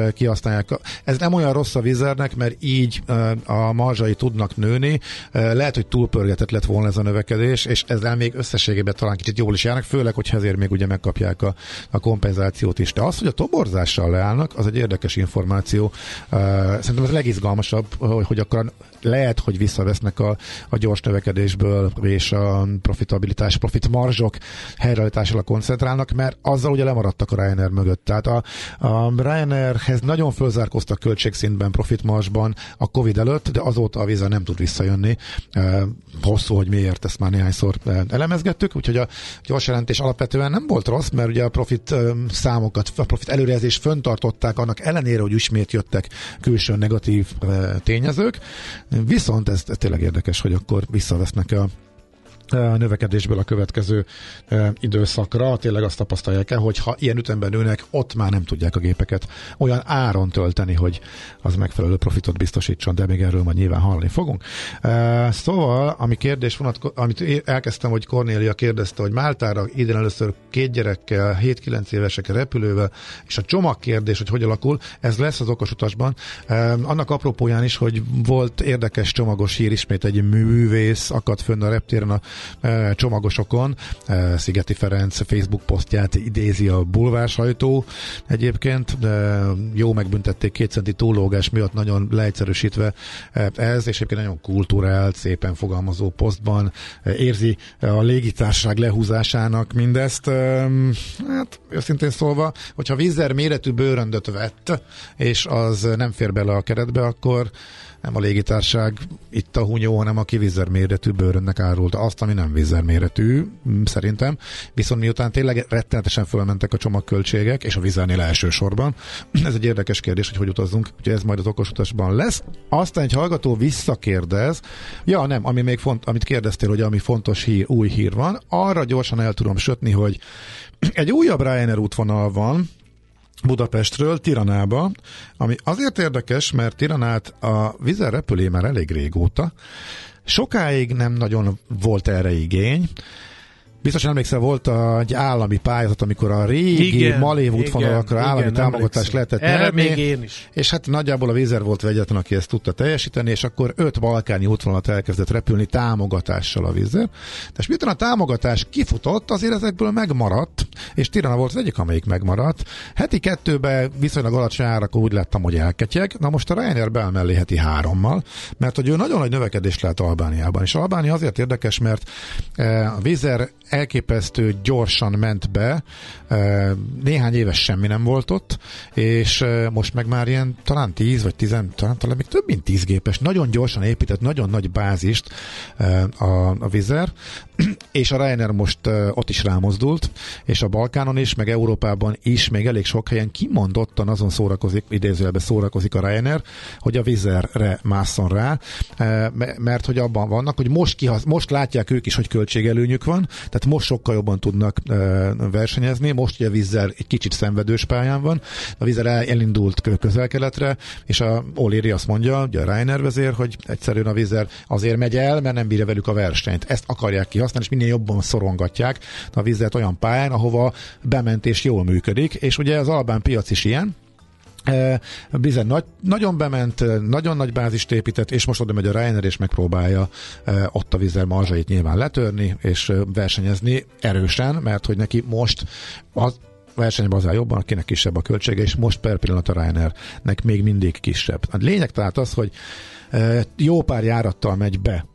kihasználják. Ez nem olyan rossz a Wizzairnek, mert így a marzsai tudnak nőni. Lehet, hogy túlpörgetett lett volna ez a növekedés, és ezzel még összességében talán kicsit jól is járnak, főleg, hogy ezért még ugye megkapják a, a kompenzációt is. De az, hogy a toborzással leállnak, az egy érdekes információ. Szerintem ez legizgalmasabb, hogy akkor lehet, hogy visszavesznek a, a gyors növekedésből, és a profitabilitás, profit marzsok helyreállításra koncentrálnak, mert azzal ugye lemaradtak a Ryanair mögött. Tehát a, a Ryanairhez nagyon fölzárkoztak költségszintben, profitmarzsban a Covid előtt, de azóta a Wizzair nem tud visszajönni. E, hosszú, hogy miért, ezt már néhányszor elemezgettük, úgyhogy a gyors jelentés alapvetően nem volt rossz, mert ugye a profit számokat, a profit előrejelzést föntartották annak ellenére, hogy ismét jöttek külső negatív tényezők. Viszont ez, ez tényleg érdekes, hogy akkor visszavesznek a a növekedésből a következő e, időszakra. Tényleg azt tapasztalják el, hogy ha ilyen ütemben nőnek, ott már nem tudják a gépeket olyan áron tölteni, hogy az megfelelő profitot biztosítson, de még erről majd nyilván hallani fogunk. E, szóval, ami kérdés vonatko- amit elkezdtem, hogy Kornélia kérdezte, hogy Máltára idén először két gyerekkel, hét-kilenc évesek repülővel, és a csomagkérdés, hogy hogy alakul, ez lesz az okosutasban. E, annak apropóján is, hogy volt érdekes csomagos hír, ismét egy művész akadt fönn a reptéren a csomagosokon. Szigeti Ferenc Facebook posztját idézi a bulvár sajtó egyébként. Jó megbüntették két centi túllógás miatt, nagyon leegyszerűsítve ez, és egyébként nagyon kulturált, szépen fogalmazó posztban érzi a légitársaság lehúzásának mindezt. Hát őszintén szólva, hogyha Wizzair méretű bőröndöt vett, és az nem fér bele a keretbe, akkor nem a légitársaság itt a hunyó, hanem aki Wizzair méretű bőrönnek árulta azt, ami nem Wizzair méretű, szerintem. Viszont miután tényleg rettenetesen fölmentek a csomagköltségek, és a Wizzairnél elsősorban, ez egy érdekes kérdés, hogy hogy utazzunk, hogy ez majd az okosutasban lesz. Aztán egy hallgató visszakérdez, ja nem, ami még font, amit kérdeztél, hogy ami fontos hír, új hír van, arra gyorsan el tudom sötni, hogy egy újabb Ryanair útvonal van, Budapestről Tiranába, ami azért érdekes, mert Tiranát a Wizzair repülé már elég régóta. Sokáig nem nagyon volt erre igény. Biztosan emlékszel, volt egy állami pályázat, amikor a régi igen, Malév útvonalakra állami igen, támogatást lehetett nyerni. Még én is. És hát nagyjából a Wizzair volt egyetlen, aki ezt tudta teljesíteni, és akkor öt balkáni útvonalat elkezdett repülni támogatással a Wizzair. És miután a támogatás kifutott, azért ezekből megmaradt, és Tirana volt az egyik, amelyik megmaradt. Heti kettőben viszonylag alacsony árak, úgy láttam, hogy elketyeg. Na most a Ryanair beáll mellé heti hárommal, mert hogy ő nagyon nagy növekedést lát Albániában. És Albánia azért érdekes, mert a Wizzair elképesztő gyorsan ment be, néhány éves semmi nem volt ott, és most meg már ilyen talán tíz vagy tizen, talán, talán még több mint tíz gépes, nagyon gyorsan épített, nagyon nagy bázist a, a Wizzair, és a Ryanair most ott is rámozdult, és a Balkánon is, meg Európában is, még elég sok helyen kimondottan azon szórakozik, idézőjelben szórakozik a Ryanair, hogy a Wizzairre másszon rá, mert hogy abban vannak, hogy most, kihasz, most látják ők is, hogy költségelőnyük van, tehát most sokkal jobban tudnak versenyezni, most ugye a Wizzair egy kicsit szenvedős pályán van, a Wizzair elindult közel-keletre, és a O'Leary azt mondja, ugye a Ryanair vezér, hogy egyszerűen a Wizzair azért megy el, mert nem bírja velük a versenyt. Ezt akarják kihasználni, és minél jobban szorongatják a Wizzairt olyan pályán, ahova bement és jól működik, és ugye az albán piac is ilyen, Bizony nagy, nagyon bement, nagyon nagy bázist épített, és most oda megy a Ryanair, és megpróbálja ott a Wizzair marzsait nyilván letörni, és versenyezni erősen, mert hogy neki most az versenyben az áll jobban, akinek kisebb a költsége, és most per pillanat a Ryanairnek még mindig kisebb. A lényeg tehát az, hogy jó pár járattal megy be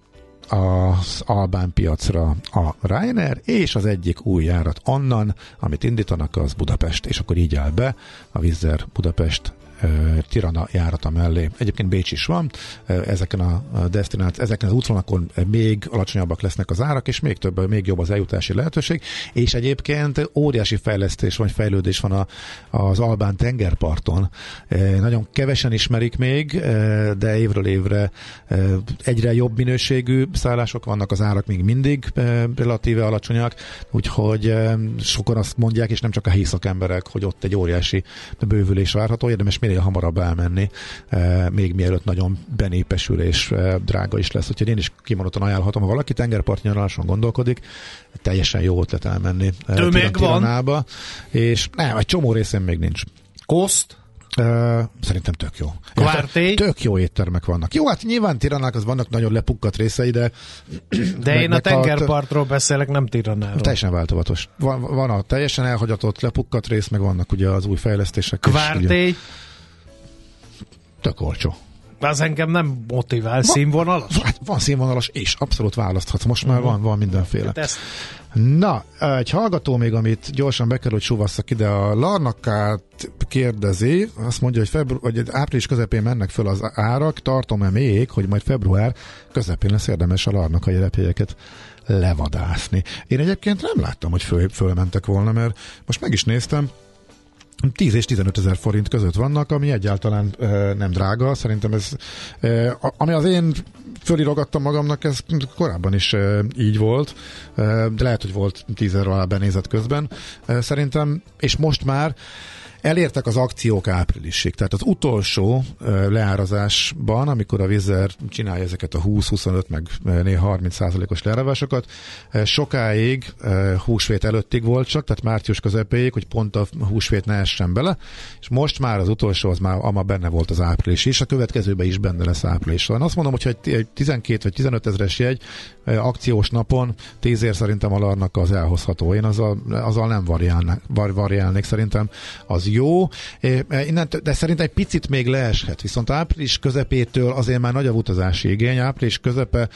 az albán piacra a Ryanair, és az egyik új járat onnan, amit indítanak, az Budapest, és akkor így áll be a Wizzair Budapest Tirana járata mellé. Egyébként Bécs is van, ezeken a destinációk, ezeken az útvonalakon még alacsonyabbak lesznek az árak, és még több, még jobb az eljutási lehetőség, és egyébként óriási fejlesztés vagy fejlődés van a, az albán tengerparton. Nagyon kevesen ismerik még, de évről évre egyre jobb minőségű szállások vannak, az árak még mindig relatíve alacsonyak, úgyhogy sokan azt mondják, és nem csak a helyi szakemberek, hogy ott egy óriási bővülés várható, érdemes minél hamarabb elmenni, e, még mielőtt nagyon benépesül és e, drága is lesz. Úgyhogy én is kimondottan ajánlhatom, ha valaki tengerparti nyaraláson gondolkodik, teljesen jó ötlet elmenni e, Tiranába, és nem, egy csomó részén még nincs. Koszt? Uh, szerintem tök jó. Kvárté? Tök jó éttermek vannak. Jó, hát nyilván Tirannak az vannak nagyon lepukkat részei, de... De én a tengerpartról beszélek, nem Tirannáról. Teljesen változatos. Van, van a teljesen elhagyatott lepukkat rész, meg vannak ugye az új fejlesztések. Kvárté? Tök olcsó. Az engem nem motivál. Színvonalas? Van, van színvonalas, és abszolút választhatsz. Most már uh-huh. van, van mindenféle. Ezt... Na, egy hallgató még, amit gyorsan be kell, hogy suvasszak ide, a Larnakát kérdezi, azt mondja, hogy, febru- hogy április közepén mennek föl az árak, tartom-e még, hogy majd február közepén lesz érdemes a Larnakai repjegyeket levadászni. Én egyébként nem láttam, hogy föl, fölmentek volna, mert most meg is néztem, tíz és tizenöt ezer forint között vannak, ami egyáltalán e, nem drága. Szerintem ez, e, ami az én fölirogattam magamnak, ez korábban is e, így volt, e, de lehet, hogy volt tízezer alá benézett közben. E, szerintem, és most már elértek az akciók áprilisig, tehát az utolsó uh, leárazásban, amikor a Wizz Air csinálja ezeket a húsz, huszonöt, meg uh, néha harminc százalékos leárazásokat, uh, sokáig uh, húsvét előttig volt csak, tehát március közepéig, hogy pont a húsvét ne essen bele, és most már az utolsó, az már ama benne volt az április, és a következőben is benne lesz április. Én azt mondom, hogy egy tizenkét vagy tizenöt ezeres jegy uh, akciós napon tízért szerintem a Larnak az elhozható. Én azzal, azzal nem variálnék, var, variálnék, szerintem az jó, de szerintem egy picit még leeshet, viszont április közepétől azért már nagyobb utazási igény, április közepe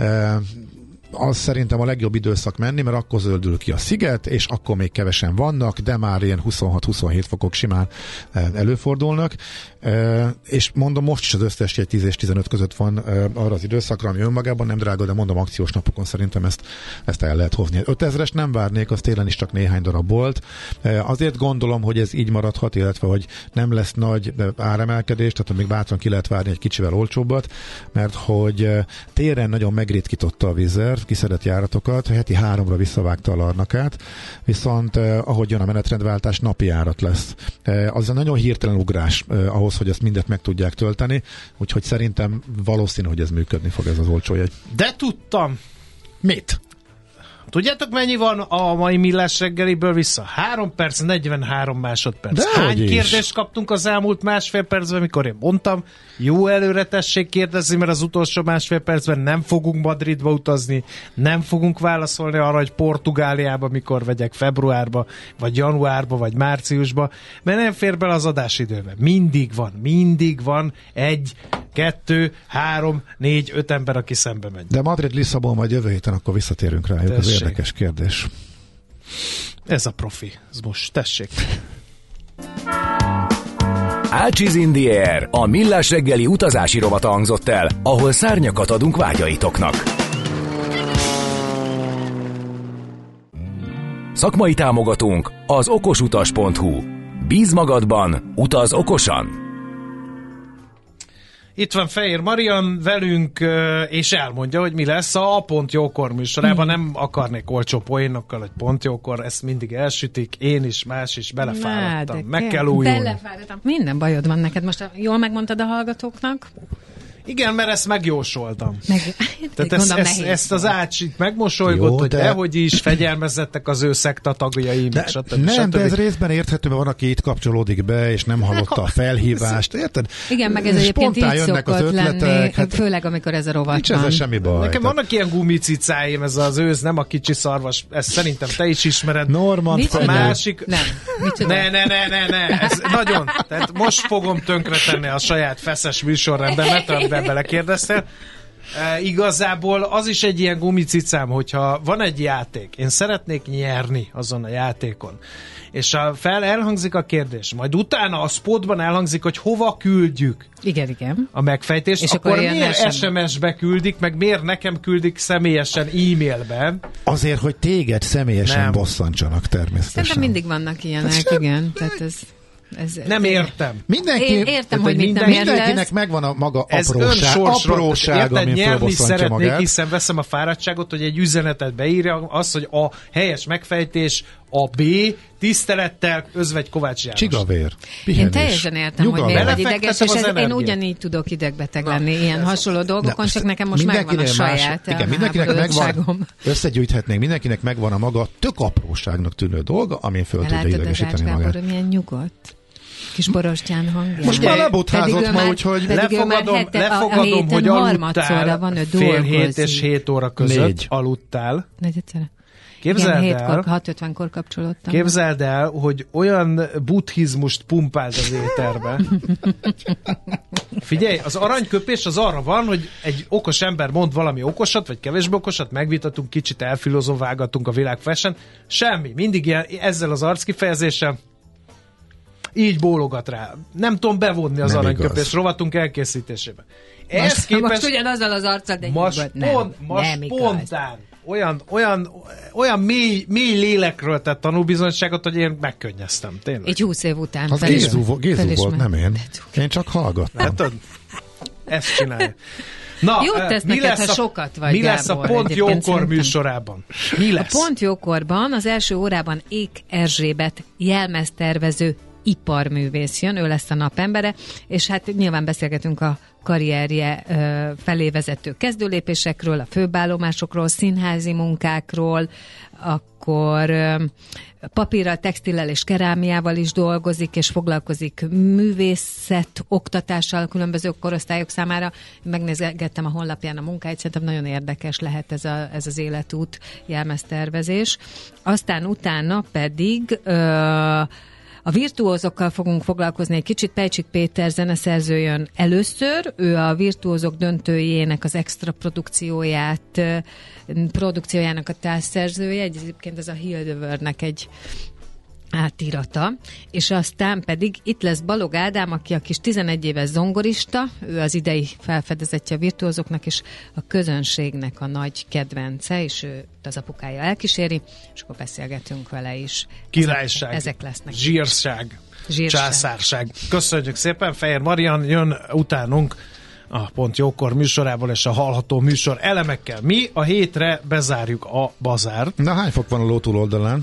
az szerintem a legjobb időszak menni, mert akkor zöldül ki a sziget, és akkor még kevesen vannak, de már ilyen huszonhat-huszonhét fokok simán előfordulnak, és mondom, most is az összes egy tíz és tizenöt között van arra az időszakra, ami önmagában nem drága, de mondom, akciós napokon szerintem ezt, ezt el lehet hozni. ötezres nem várnék, az télen is csak néhány darab volt. Azért gondolom, hogy ez így maradhat, illetve, hogy nem lesz nagy áremelkedés, tehát még bátran ki lehet várni egy kicsivel olcsóbbat, mert hogy téren nagyon megritkította a Wizz Air, kiszedett járatokat, heti háromra visszavágta a Larnakát, viszont eh, ahogy jön a menetrendváltás, napi járat lesz. Eh, az a nagyon hirtelen ugrás eh, ahhoz, hogy ezt mindet meg tudják tölteni, úgyhogy szerintem valószínű, hogy ez működni fog, ez az olcsó jegy. De tudtam! Mit? Tudjátok, mennyi van a mai Millás reggeliből vissza? három perc, negyvenhárom másodperc. De hány kérdést kaptunk az elmúlt másfél percben, mikor én mondtam, jó előre tessék kérdezni, mert az utolsó másfél percben nem fogunk Madridba utazni, nem fogunk válaszolni arra, hogy Portugáliába mikor vegyek, februárba, vagy januárba, vagy márciusba, mert nem fér bele az adásidőbe. Mindig van, mindig van egy, kettő, három, négy, öt ember, aki szembe megy. De Madrid-Lisszabon majd jövő héten, akkor visszatérünk rájuk. Ez érdekes kérdés. Ez a profi. Ez most, tessék. Ácsiz in the Air, a Millás reggeli utazási rovata hangzott el, ahol szárnyakat adunk vágyaitoknak. Szakmai támogatónk az okosutas pont hu. Bíz magadban, utaz okosan! Itt van Fehér Marian velünk, és elmondja, hogy mi lesz a Pont Jókor műsorában. Nem akarnék olcsó poénokkal, hogy Pont Jókor, ezt mindig elsütik, én is, más is, belefáradtam. Meg kell újulni. Belefáradtam. Minden bajod van neked. Most jól megmondtad a hallgatóknak? Igen, mert ezt megjósoltam. Meg, Tehát ezt, ezt, ezt az Ácsit megmosolygott, jó, hogy de... dehogy is fegyelmezettek az ő szekta tagjai, de, stb. Nem, stb. de ez részben érthető, mert van, aki itt kapcsolódik be, és nem hallotta a felhívást, érted? Igen, meg ez egyébként így szokott lenni, hát, főleg amikor ez a rovat nincs ezzel semmi baj. Nekem vannak ilyen gumicicáim, ez az őz, nem a kicsi szarvas, ezt szerintem te is ismered. Norman, a másik... Nem. Ne, ne, ne, ne, ne, ez nagyon, tehát most fogom tönkretenni a saját feszes műsorrendemet, amiben belekérdeztél. E, igazából az is egy ilyen gumicicám, hogyha van egy játék, én szeretnék nyerni azon a játékon, és a fel elhangzik a kérdés, majd utána a spotban elhangzik, hogy hova küldjük igen, igen. a megfejtést, és akkor, akkor miért es em es-be küldik, meg miért nekem küldik személyesen e-mailben? Azért, hogy téged személyesen nem bosszantsanak természetesen. Szerintem mindig vannak ilyenek, hát igen. Tehát ez... Ez, nem értem. Mindenki, Én értem, hogy mit nem mindenkinek megvan a maga apróság, apróság, amin nyerni szeretnék, magát. Hiszen veszem a fáradtságot, hogy egy üzenetet beírja, az, hogy a helyes megfejtés a B, tisztelettel, Özvegy Kovács János. Csigavér. Pihenés. Én teljesen értem, Nyugalom. hogy miért vagy ideges, és ez, én ugyanígy tudok idegbeteg lenni Na, ilyen hasonló dolgokon, csak nekem most megvan a saját más, igen, mindenkinek megvan, összegyűjthetnénk, mindenkinek megvan a maga tök apróságnak tűnő dolga, amin föl tudja idegesíteni magát. Látod az milyen nyugodt? Kis Borostyán hangján. Most már lebutházott ma, úgyhogy lefogadom, hete, lefogadom a, hogy aludtál van, fél hét és hét óra között Négy. aludtál. Négy egyszerre. Képzeld Igen, el, hat ötvenkor kapcsolódtam. Képzeld el, hogy olyan buddhizmust pumpáld az éterbe. Figyelj, az aranyköpés az arra van, hogy egy okos ember mond valami okosat, vagy kevésbé okosat, megvitatunk, kicsit elfilozofálgatunk a világ fashion. Semmi. Mindig ilyen, ezzel az arckifejezéssel így bólogat rá. Nem tudom bevonni az nem aranyköpés igaz. Rovatunk elkészítésébe. Most, képest, most ugyanazzal az arccal, de most, nem, pont, most nem spontán. Olyan, olyan, olyan mély, mély lélekről tett tanúbizonyságot, hogy én megkönnyeztem, tényleg. Egy húsz év után. Az Gézu, Gézu volt, nem én. Én csak hallgattam. Hát, ezt csinálja. Na, jót tesz mi neked, lesz ha a, sokat vagy, mi lesz Gábor, a Pont Jókor műsorában? Mi lesz? A Pont Jókorban az első órában Ék Erzsébet jelmeztervező iparművész jön, ő lesz a napembere, és hát nyilván beszélgetünk a karrierje felé vezető kezdőlépésekről, a főállomásokról, színházi munkákról, akkor papírral, textillel és kerámiával is dolgozik, és foglalkozik művészet oktatással különböző korosztályok számára. Megnézgettem a honlapján a munkáit, szerintem nagyon érdekes lehet ez, a, ez az életút, jelmeztervezés. Aztán utána pedig ö, a virtuózokkal fogunk foglalkozni egy kicsit. Pejcsik Péter zeneszerző jön először, ő a virtuózok döntőjének az extra produkcióját, produkciójának a társszerzője, egyébként ez a Hildevernek egy átírata, és aztán pedig itt lesz Balog Ádám, aki a kis tizenegy éves zongorista, ő az idei felfedezetje a virtuózoknak, és a közönségnek a nagy kedvence, és ő az apukája elkíséri, és akkor beszélgetünk vele is. Királyság, ezek, ezek lesznek. Zsírság, Zsírság, császárság. Köszönjük szépen, Fejér Marian jön utánunk a Pont Jókor műsorából és a hallható műsor elemekkel. Mi a hétre bezárjuk a bazárt. Na, hány fok van a ló túloldalán?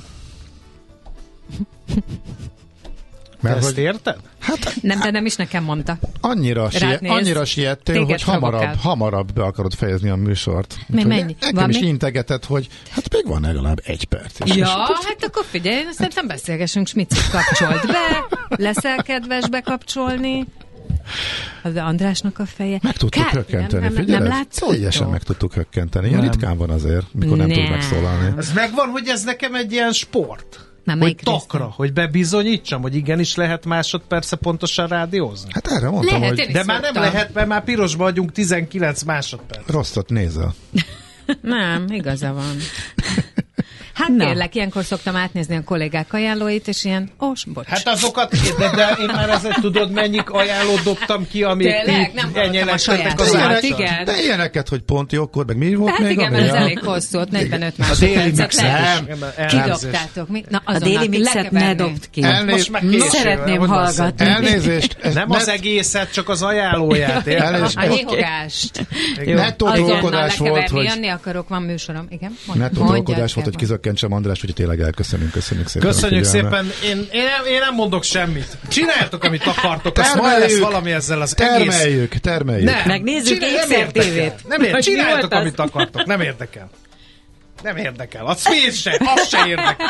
Mert ezt hogy... érted? Hát, nem, de nem is nekem mondta. Annyira, sie, annyira siettél, hogy hamarabb, hamarabb be akarod fejezni a műsort. Mi, mennyi? Nekem is integetett, hogy hát még van legalább egy perc. Is. Ja, hát akkor figyelj, szerintem beszélgessünk, Smicit kapcsolt be, leszel kedves bekapcsolni. Az Andrásnak a feje. Meg tudtuk Kár, hökkenteni, nem, nem, nem látszódtok? Teljesen meg tudtuk hökkenteni. Ilyen ritkán van azért, mikor nem, nem tud megszólalni. Ez megvan, hogy ez nekem egy ilyen sport. Nem, hogy takra, részben? Hogy bebizonyítsam, hogy igenis lehet másodperce pontosan rádiózni. Hát erre mondtam, lehet, hogy... De már nem lehet, mert már pirosba vagyunk tizenkilenc másodperc. Rosszat nézel. Nem, igaza van. Hát Na. kérlek, ilyenkor szoktam átnézni a kollégák ajánlóit, és ilyen, os, bocs. Hát azokat, de, de én már ezért tudod, mennyik ajánlót dobtam ki, amit tényleg, nem hallottam a saját az saját, igen. De ilyeneket, hogy Pont Jókor, meg mi volt hát még? igen, mert ez elég hosszú, negyvenöt másodpercet le. Kidobtátok. A Déli Mixet ne dobd ki. Most már késő. Szeretném hallgatni. Elnézést. Nem az egészet, csak az ajánlóját. A héhogást. Nettó dolgodás volt, hogy... Jönni akarok, van műsorom. Igen, nettó dolgodás volt, hogy kizökkentsem András, hogy tényleg elköszönünk. Köszönjük szépen. Köszönjük szépen. Én, én, nem, én nem mondok semmit. Csináljátok, amit akartok. Ezt majd lesz valami ezzel az egész... Termeljük, termeljük. Nem, megnézzük Ékszer tévét. Nem érdekel. Csináljátok, amit akartok. Nem érdekel. Nem érdekel. Az fél se. Az se érdekel.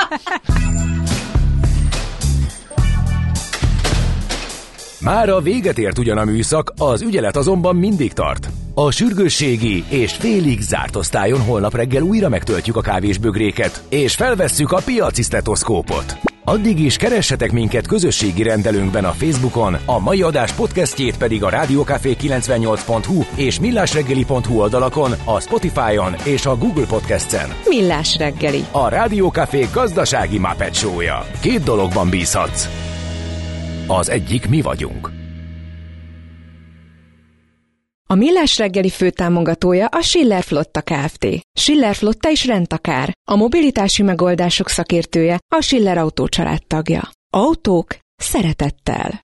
Mára véget ért ugyan a műszak, az ügyelet azonban mindig tart. A sürgősségi és félig zárt osztályon holnap reggel újra megtöltjük a kávésbögréket, és felvesszük a piaci sztetoszkópot. Addig is keressetek minket közösségi rendelőnkben a Facebookon, a mai adás podcastjét pedig a rádiókafé kilencvennyolc pont hu és millásreggeli pont hu oldalakon, a Spotify-on és a Google Podcast-en. Millás reggeli. A Rádiókafé gazdasági Muppet show-ja. Két dologban bízhatsz. Az egyik mi vagyunk. A Millás reggeli főtámogatója a Schiller Flotta Kft. Schiller Flotta is rendtakár. A mobilitási megoldások szakértője, a Schiller Autó család tagja. Autók szeretettel.